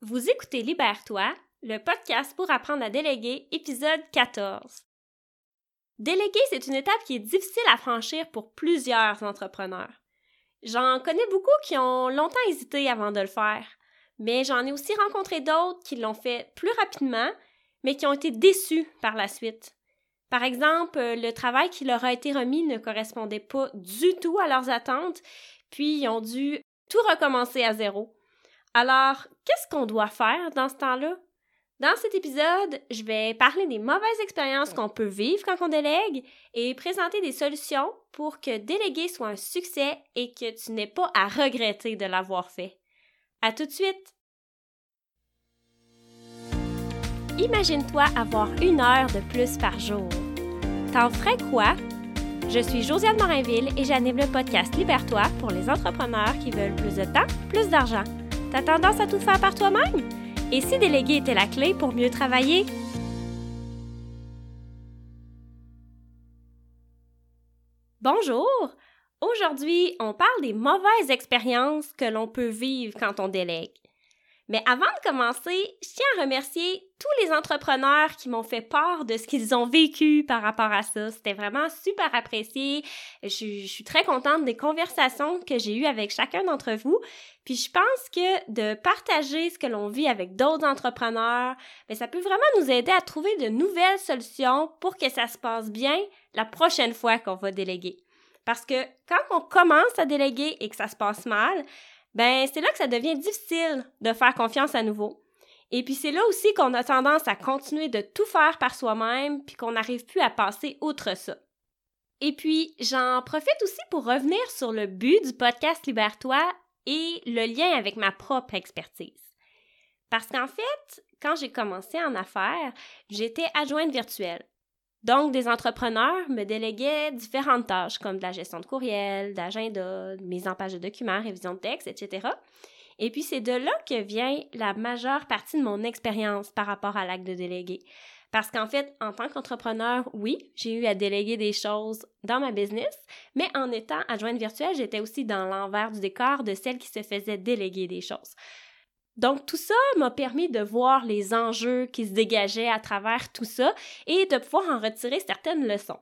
Vous écoutez Libère-toi, le podcast pour apprendre à déléguer, épisode 14. Déléguer, c'est une étape qui est difficile à franchir pour plusieurs entrepreneurs. J'en connais beaucoup qui ont longtemps hésité avant de le faire, mais j'en ai aussi rencontré d'autres qui l'ont fait plus rapidement, mais qui ont été déçus par la suite. Par exemple, le travail qui leur a été remis ne correspondait pas du tout à leurs attentes, puis ils ont dû tout recommencer à zéro. Alors, qu'est-ce qu'on doit faire dans ce temps-là? Dans cet épisode, je vais parler des mauvaises expériences qu'on peut vivre quand on délègue et présenter des solutions pour que déléguer soit un succès et que tu n'aies pas à regretter de l'avoir fait. À tout de suite! Imagine-toi avoir 1 heure de plus par jour. T'en ferais quoi? Je suis Josiane Morinville et j'anime le podcast Libère-toi pour les entrepreneurs qui veulent plus de temps, plus d'argent. T'as tendance à tout faire par toi-même? Et si déléguer était la clé pour mieux travailler? Bonjour! Aujourd'hui, on parle des mauvaises expériences que l'on peut vivre quand on délègue. Mais avant de commencer, je tiens à remercier tous les entrepreneurs qui m'ont fait part de ce qu'ils ont vécu par rapport à ça. C'était vraiment super apprécié. Je suis très contente des conversations que j'ai eues avec chacun d'entre vous. Puis je pense que de partager ce que l'on vit avec d'autres entrepreneurs, ça peut vraiment nous aider à trouver de nouvelles solutions pour que ça se passe bien la prochaine fois qu'on va déléguer. Parce que quand on commence à déléguer et que ça se passe mal, c'est là que ça devient difficile de faire confiance à nouveau. Et puis c'est là aussi qu'on a tendance à continuer de tout faire par soi-même puis qu'on n'arrive plus à passer outre ça. Et puis, j'en profite aussi pour revenir sur le but du podcast Libère-toi et le lien avec ma propre expertise. Parce qu'en fait, quand j'ai commencé en affaires, j'étais adjointe virtuelle. Donc, des entrepreneurs me déléguaient différentes tâches comme de la gestion de courriel, d'agenda, de mise en page de documents, révision de texte, etc. Et puis, c'est de là que vient la majeure partie de mon expérience par rapport à l'acte de déléguer. Parce qu'en fait, en tant qu'entrepreneur, oui, j'ai eu à déléguer des choses dans ma business, mais en étant adjointe virtuelle, j'étais aussi dans l'envers du décor de celle qui se faisait déléguer des choses. Donc, tout ça m'a permis de voir les enjeux qui se dégageaient à travers tout ça et de pouvoir en retirer certaines leçons.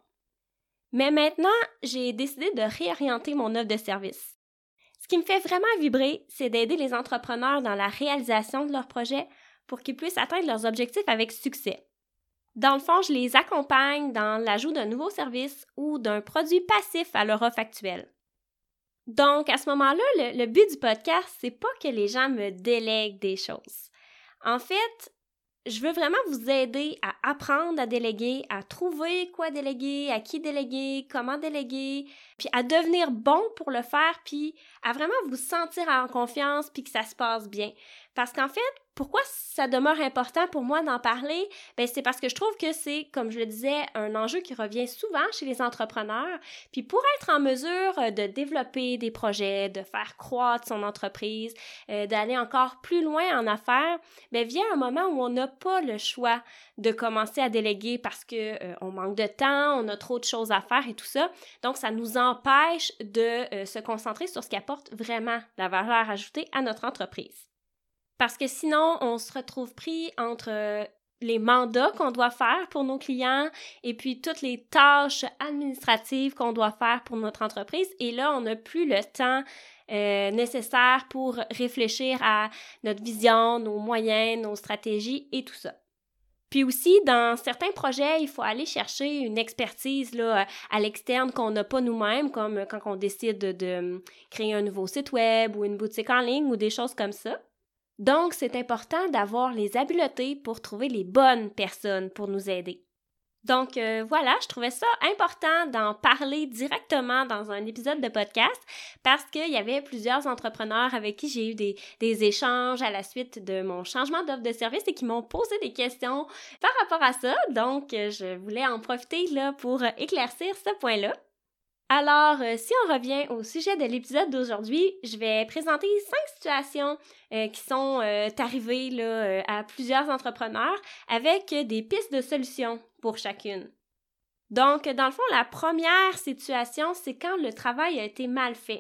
Mais maintenant, j'ai décidé de réorienter mon offre de service. Ce qui me fait vraiment vibrer, c'est d'aider les entrepreneurs dans la réalisation de leurs projets pour qu'ils puissent atteindre leurs objectifs avec succès. Dans le fond, je les accompagne dans l'ajout d'un nouveau service ou d'un produit passif à leur offre actuelle. Donc, à ce moment-là, le but du podcast, c'est pas que les gens me délèguent des choses. En fait, je veux vraiment vous aider à apprendre à déléguer, à trouver quoi déléguer, à qui déléguer, comment déléguer, puis à devenir bon pour le faire, puis à vraiment vous sentir en confiance, puis que ça se passe bien. Parce qu'en fait, pourquoi ça demeure important pour moi d'en parler? C'est parce que je trouve que c'est, comme je le disais, un enjeu qui revient souvent chez les entrepreneurs. Puis pour être en mesure de développer des projets, de faire croître son entreprise, d'aller encore plus loin en affaires, vient un moment où on n'a pas le choix de commencer à déléguer parce que on manque de temps, on a trop de choses à faire et tout ça. Donc, ça nous empêche de se concentrer sur ce qui apporte vraiment la valeur ajoutée à notre entreprise. Parce que sinon, on se retrouve pris entre les mandats qu'on doit faire pour nos clients et puis toutes les tâches administratives qu'on doit faire pour notre entreprise. Et là, on n'a plus le temps nécessaire pour réfléchir à notre vision, nos moyens, nos stratégies et tout ça. Puis aussi, dans certains projets, il faut aller chercher une expertise là, à l'externe qu'on n'a pas nous-mêmes, comme quand on décide de créer un nouveau site web ou une boutique en ligne ou des choses comme ça. Donc, c'est important d'avoir les habiletés pour trouver les bonnes personnes pour nous aider. Donc voilà, je trouvais ça important d'en parler directement dans un épisode de podcast parce qu'il y avait plusieurs entrepreneurs avec qui j'ai eu des échanges à la suite de mon changement d'offre de service et qui m'ont posé des questions par rapport à ça. Donc, je voulais en profiter là pour éclaircir ce point-là. Alors, si on revient au sujet de l'épisode d'aujourd'hui, je vais présenter 5 situations qui sont arrivées là, à plusieurs entrepreneurs avec des pistes de solutions pour chacune. Donc, dans le fond, la première situation, c'est quand le travail a été mal fait.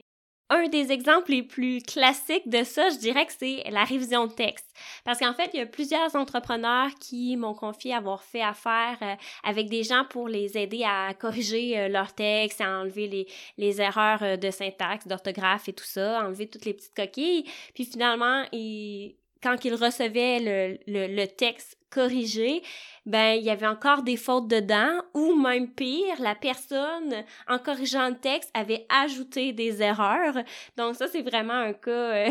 Un des exemples les plus classiques de ça, je dirais que c'est la révision de texte. Parce qu'en fait, il y a plusieurs entrepreneurs qui m'ont confié avoir fait affaire avec des gens pour les aider à corriger leur texte, à enlever les erreurs de syntaxe, d'orthographe et tout ça, enlever toutes les petites coquilles. Puis finalement, quand ils recevaient le texte corrigé, ben il y avait encore des fautes dedans, ou même pire, la personne, en corrigeant le texte, avait ajouté des erreurs. Donc ça, c'est vraiment un cas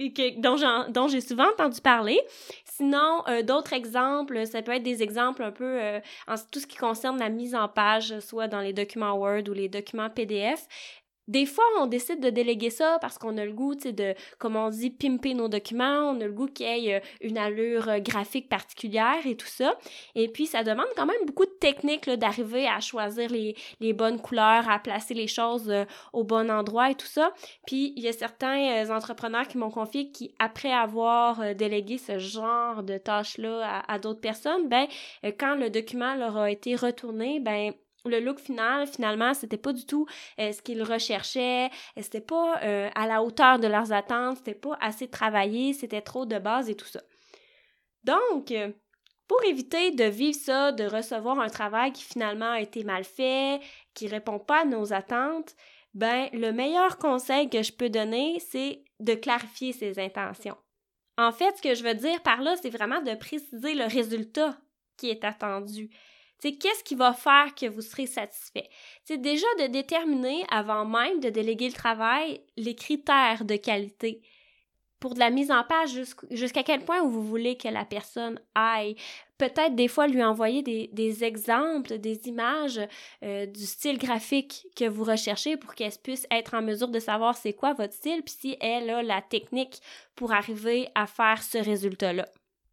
dont j'ai souvent entendu parler. Sinon, d'autres exemples, ça peut être des exemples un peu en tout ce qui concerne la mise en page, soit dans les documents Word ou les documents PDF. Des fois, on décide de déléguer ça parce qu'on a le goût, tu sais, de, comme on dit, pimper nos documents, on a le goût qu'il y ait une allure graphique particulière et tout ça. Et puis, ça demande quand même beaucoup de technique là, d'arriver à choisir les bonnes couleurs, à placer les choses au bon endroit et tout ça. Puis, il y a certains entrepreneurs qui m'ont confié qui, après avoir délégué ce genre de tâches-là à d'autres personnes, quand le document leur a été retourné, le look final, finalement, c'était pas du tout ce qu'ils recherchaient, c'était pas à la hauteur de leurs attentes, c'était pas assez travaillé, c'était trop de base et tout ça. Donc, pour éviter de vivre ça, de recevoir un travail qui finalement a été mal fait, qui répond pas à nos attentes, le meilleur conseil que je peux donner, c'est de clarifier ses intentions. En fait, ce que je veux dire par là, c'est vraiment de préciser le résultat qui est attendu. T'sais, qu'est-ce qui va faire que vous serez satisfait? C'est déjà de déterminer, avant même de déléguer le travail, les critères de qualité. Pour de la mise en page, jusqu'à quel point vous voulez que la personne aille. Peut-être des fois lui envoyer des exemples, des images du style graphique que vous recherchez pour qu'elle puisse être en mesure de savoir c'est quoi votre style, puis si elle a la technique pour arriver à faire ce résultat-là.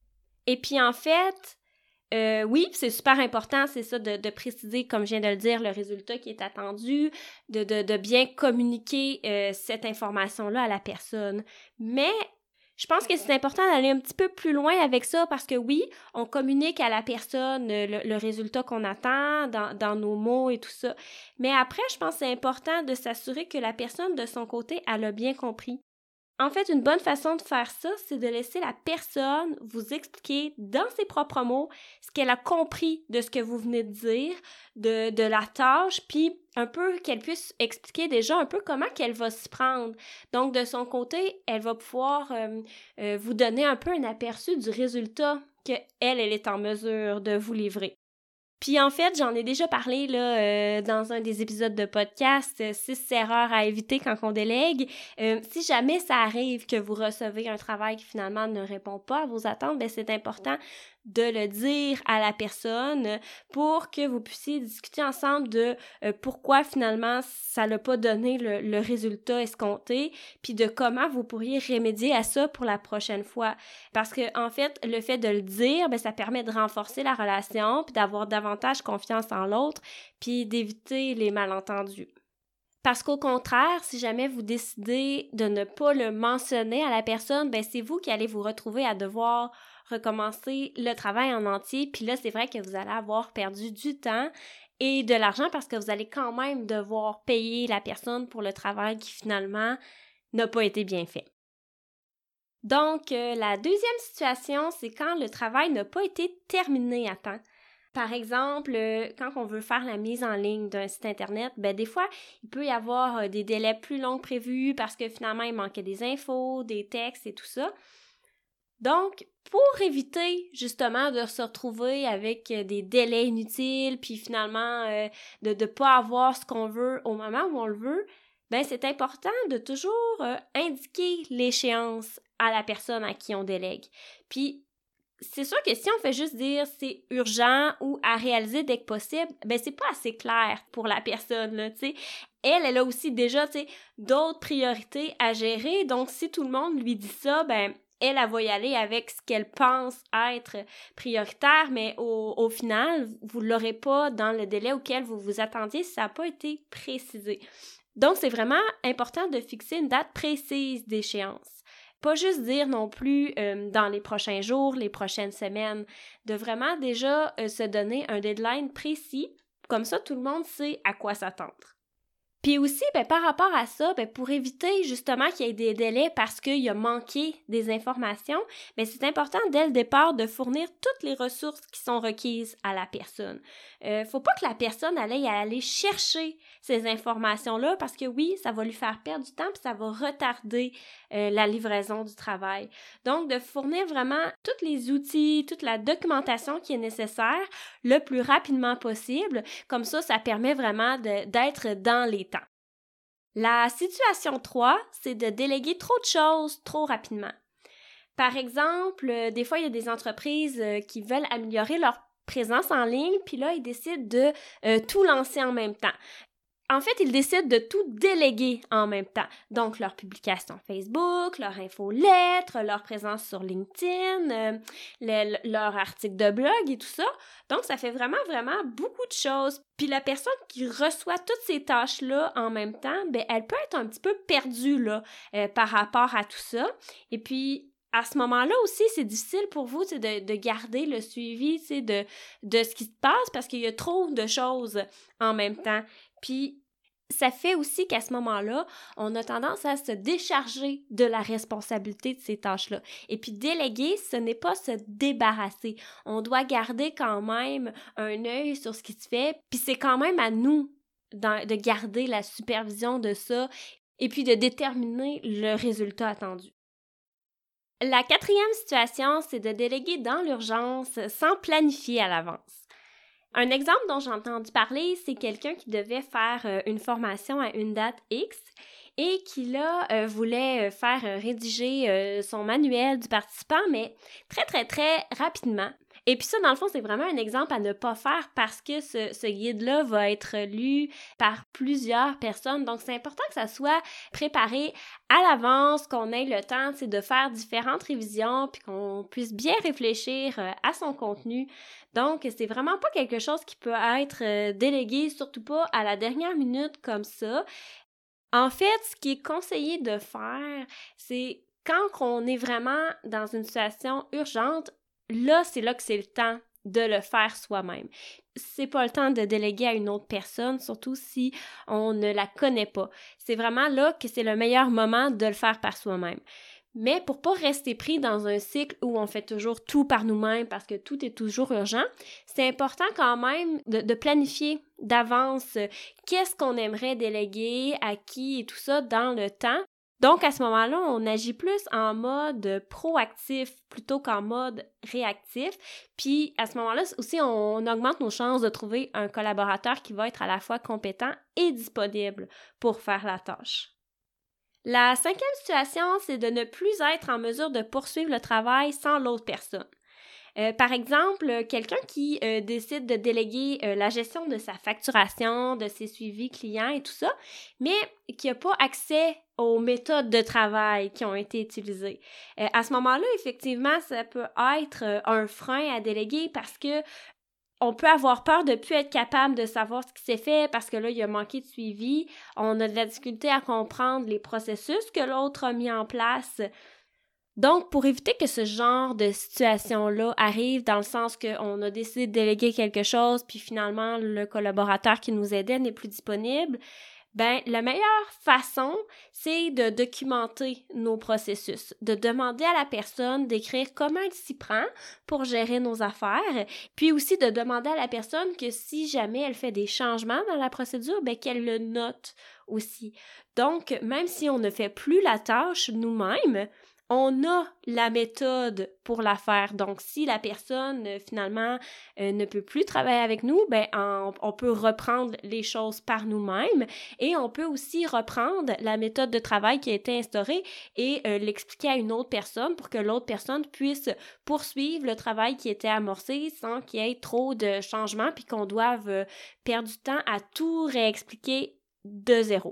Et puis en fait, oui, c'est super important, c'est ça, de préciser, comme je viens de le dire, le résultat qui est attendu, de bien communiquer cette information-là à la personne. Mais je pense que c'est important d'aller un petit peu plus loin avec ça parce que oui, on communique à la personne le résultat qu'on attend dans nos mots et tout ça. Mais après, je pense que c'est important de s'assurer que la personne, de son côté, elle a bien compris. En fait, une bonne façon de faire ça, c'est de laisser la personne vous expliquer dans ses propres mots ce qu'elle a compris de ce que vous venez de dire, de la tâche, puis un peu qu'elle puisse expliquer déjà un peu comment qu'elle va s'y prendre. Donc, de son côté, elle va pouvoir vous donner un peu un aperçu du résultat qu'elle est en mesure de vous livrer. Puis en fait, j'en ai déjà parlé là dans un des épisodes de podcast, 6 erreurs à éviter quand on délègue. Si jamais ça arrive que vous recevez un travail qui finalement ne répond pas à vos attentes, c'est important de le dire à la personne pour que vous puissiez discuter ensemble de pourquoi finalement ça n'a pas donné le résultat escompté, puis de comment vous pourriez remédier à ça pour la prochaine fois. Parce que en fait, le fait de le dire, ça permet de renforcer la relation, puis d'avoir davantage confiance en l'autre, puis d'éviter les malentendus. Parce qu'au contraire, si jamais vous décidez de ne pas le mentionner à la personne, c'est vous qui allez vous retrouver à devoir recommencer le travail en entier. Puis là, c'est vrai que vous allez avoir perdu du temps et de l'argent parce que vous allez quand même devoir payer la personne pour le travail qui finalement n'a pas été bien fait. Donc, la deuxième situation, c'est quand le travail n'a pas été terminé à temps. Par exemple, quand on veut faire la mise en ligne d'un site Internet, des fois, il peut y avoir des délais plus longs que prévus parce que finalement, il manquait des infos, des textes et tout ça. Donc, pour éviter justement de se retrouver avec des délais inutiles, puis finalement de ne pas avoir ce qu'on veut au moment où on le veut, c'est important de toujours indiquer l'échéance à la personne à qui on délègue. Puis, c'est sûr que si on fait juste dire c'est urgent ou à réaliser dès que possible, c'est pas assez clair pour la personne, là, tu sais. Elle a aussi déjà, tu sais, d'autres priorités à gérer. Donc, si tout le monde lui dit ça, elle va y aller avec ce qu'elle pense être prioritaire, mais au final, vous l'aurez pas dans le délai auquel vous vous attendiez si ça n'a pas été précisé. Donc, c'est vraiment important de fixer une date précise d'échéance. Pas juste dire non plus dans les prochains jours, les prochaines semaines, de vraiment déjà se donner un deadline précis, comme ça tout le monde sait à quoi s'attendre. Puis aussi, par rapport à ça, pour éviter justement qu'il y ait des délais parce qu'il a manqué des informations, c'est important dès le départ de fournir toutes les ressources qui sont requises à la personne. Faut pas que la personne aille chercher ces informations-là parce que oui, ça va lui faire perdre du temps puis ça va retarder la livraison du travail. Donc, de fournir vraiment tous les outils, toute la documentation qui est nécessaire le plus rapidement possible. Comme ça permet vraiment d'être dans les temps. La situation 3, c'est de déléguer trop de choses trop rapidement. Par exemple, des fois, il y a des entreprises qui veulent améliorer leur présence en ligne, puis là, ils décident de tout lancer en même temps. En fait, ils décident de tout déléguer en même temps. Donc, leur publication Facebook, leur infolettre, leur présence sur LinkedIn, leur article de blog et tout ça. Donc, ça fait vraiment beaucoup de choses. Puis la personne qui reçoit toutes ces tâches-là en même temps, elle peut être un petit peu perdue là, par rapport à tout ça. Et puis, à ce moment-là aussi, c'est difficile pour vous de garder le suivi de ce qui se passe parce qu'il y a trop de choses en même temps. Puis, ça fait aussi qu'à ce moment-là, on a tendance à se décharger de la responsabilité de ces tâches-là. Et puis, déléguer, ce n'est pas se débarrasser. On doit garder quand même un œil sur ce qui se fait. Puis, c'est quand même à nous de garder la supervision de ça et puis de déterminer le résultat attendu. La 4e situation, c'est de déléguer dans l'urgence sans planifier à l'avance. Un exemple dont j'ai entendu parler, c'est quelqu'un qui devait faire une formation à une date X et qui là voulait faire rédiger son manuel du participant, mais très rapidement. Et puis ça, dans le fond, c'est vraiment un exemple à ne pas faire parce que ce guide-là va être lu par plusieurs personnes. Donc, c'est important que ça soit préparé à l'avance, qu'on ait le temps de faire différentes révisions puis qu'on puisse bien réfléchir à son contenu. Donc, c'est vraiment pas quelque chose qui peut être délégué, surtout pas à la dernière minute comme ça. En fait, ce qui est conseillé de faire, c'est quand on est vraiment dans une situation urgente, là, c'est là que c'est le temps de le faire soi-même. C'est pas le temps de déléguer à une autre personne, surtout si on ne la connaît pas. C'est vraiment là que c'est le meilleur moment de le faire par soi-même. Mais pour pas rester pris dans un cycle où on fait toujours tout par nous-mêmes parce que tout est toujours urgent, c'est important quand même de planifier d'avance qu'est-ce qu'on aimerait déléguer, à qui et tout ça dans le temps. Donc, à ce moment-là, on agit plus en mode proactif plutôt qu'en mode réactif. Puis, à ce moment-là aussi, on augmente nos chances de trouver un collaborateur qui va être à la fois compétent et disponible pour faire la tâche. La 5e situation, c'est de ne plus être en mesure de poursuivre le travail sans l'autre personne. Par exemple, quelqu'un qui décide de déléguer la gestion de sa facturation, de ses suivis clients et tout ça, mais qui n'a pas accès aux méthodes de travail qui ont été utilisées. À ce moment-là, effectivement, ça peut être un frein à déléguer parce que on peut avoir peur de ne plus être capable de savoir ce qui s'est fait parce que là, il y a manqué de suivi. On a de la difficulté à comprendre les processus que l'autre a mis en place. Donc, pour éviter que ce genre de situation-là arrive dans le sens qu'on a décidé de déléguer quelque chose puis finalement, le collaborateur qui nous aidait n'est plus disponible, la meilleure façon, c'est de documenter nos processus, de demander à la personne d'écrire comment elle s'y prend pour gérer nos affaires, puis aussi de demander à la personne que si jamais elle fait des changements dans la procédure, qu'elle le note aussi. Donc, même si on ne fait plus la tâche nous-mêmes, on a la méthode pour la faire. Donc, si la personne, finalement, ne peut plus travailler avec nous, on peut reprendre les choses par nous-mêmes et on peut aussi reprendre la méthode de travail qui a été instaurée et l'expliquer à une autre personne pour que l'autre personne puisse poursuivre le travail qui était amorcé sans qu'il y ait trop de changements puis qu'on doive perdre du temps à tout réexpliquer de zéro.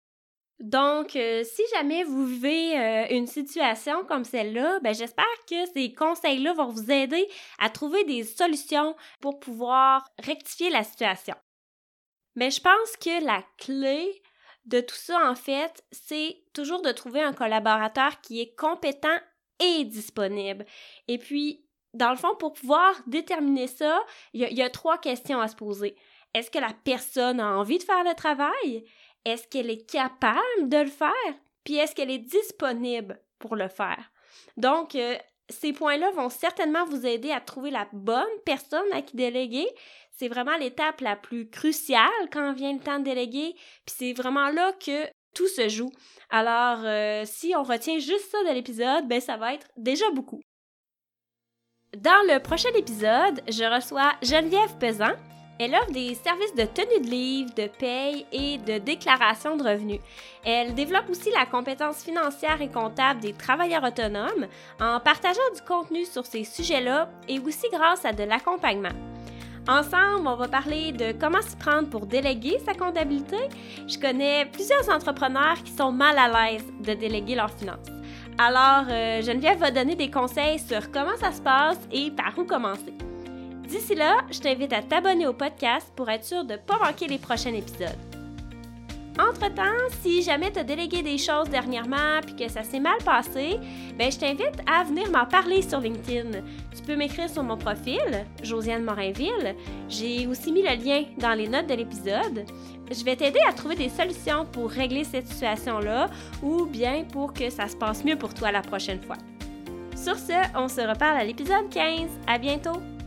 Donc, si jamais vous vivez une situation comme celle-là, j'espère que ces conseils-là vont vous aider à trouver des solutions pour pouvoir rectifier la situation. Mais je pense que la clé de tout ça, en fait, c'est toujours de trouver un collaborateur qui est compétent et disponible. Et puis, dans le fond, pour pouvoir déterminer ça, il y a 3 questions à se poser. Est-ce que la personne a envie de faire le travail? Est-ce qu'elle est capable de le faire? Puis est-ce qu'elle est disponible pour le faire? Donc, ces points-là vont certainement vous aider à trouver la bonne personne à qui déléguer. C'est vraiment l'étape la plus cruciale quand vient le temps de déléguer, puis c'est vraiment là que tout se joue. Alors, si on retient juste ça de l'épisode, ben ça va être déjà beaucoup. Dans le prochain épisode, je reçois Geneviève Pesan. Elle offre des services de tenue de livre, de paye et de déclaration de revenus. Elle développe aussi la compétence financière et comptable des travailleurs autonomes en partageant du contenu sur ces sujets-là et aussi grâce à de l'accompagnement. Ensemble, on va parler de comment s'y prendre pour déléguer sa comptabilité. Je connais plusieurs entrepreneurs qui sont mal à l'aise de déléguer leurs finances. Alors, Geneviève va donner des conseils sur comment ça se passe et par où commencer. D'ici là, je t'invite à t'abonner au podcast pour être sûr de ne pas manquer les prochains épisodes. Entre-temps, si jamais tu as délégué des choses dernièrement et que ça s'est mal passé, ben je t'invite à venir m'en parler sur LinkedIn. Tu peux m'écrire sur mon profil, Josiane Morinville. J'ai aussi mis le lien dans les notes de l'épisode. Je vais t'aider à trouver des solutions pour régler cette situation-là ou bien pour que ça se passe mieux pour toi la prochaine fois. Sur ce, on se reparle à l'épisode 15. À bientôt!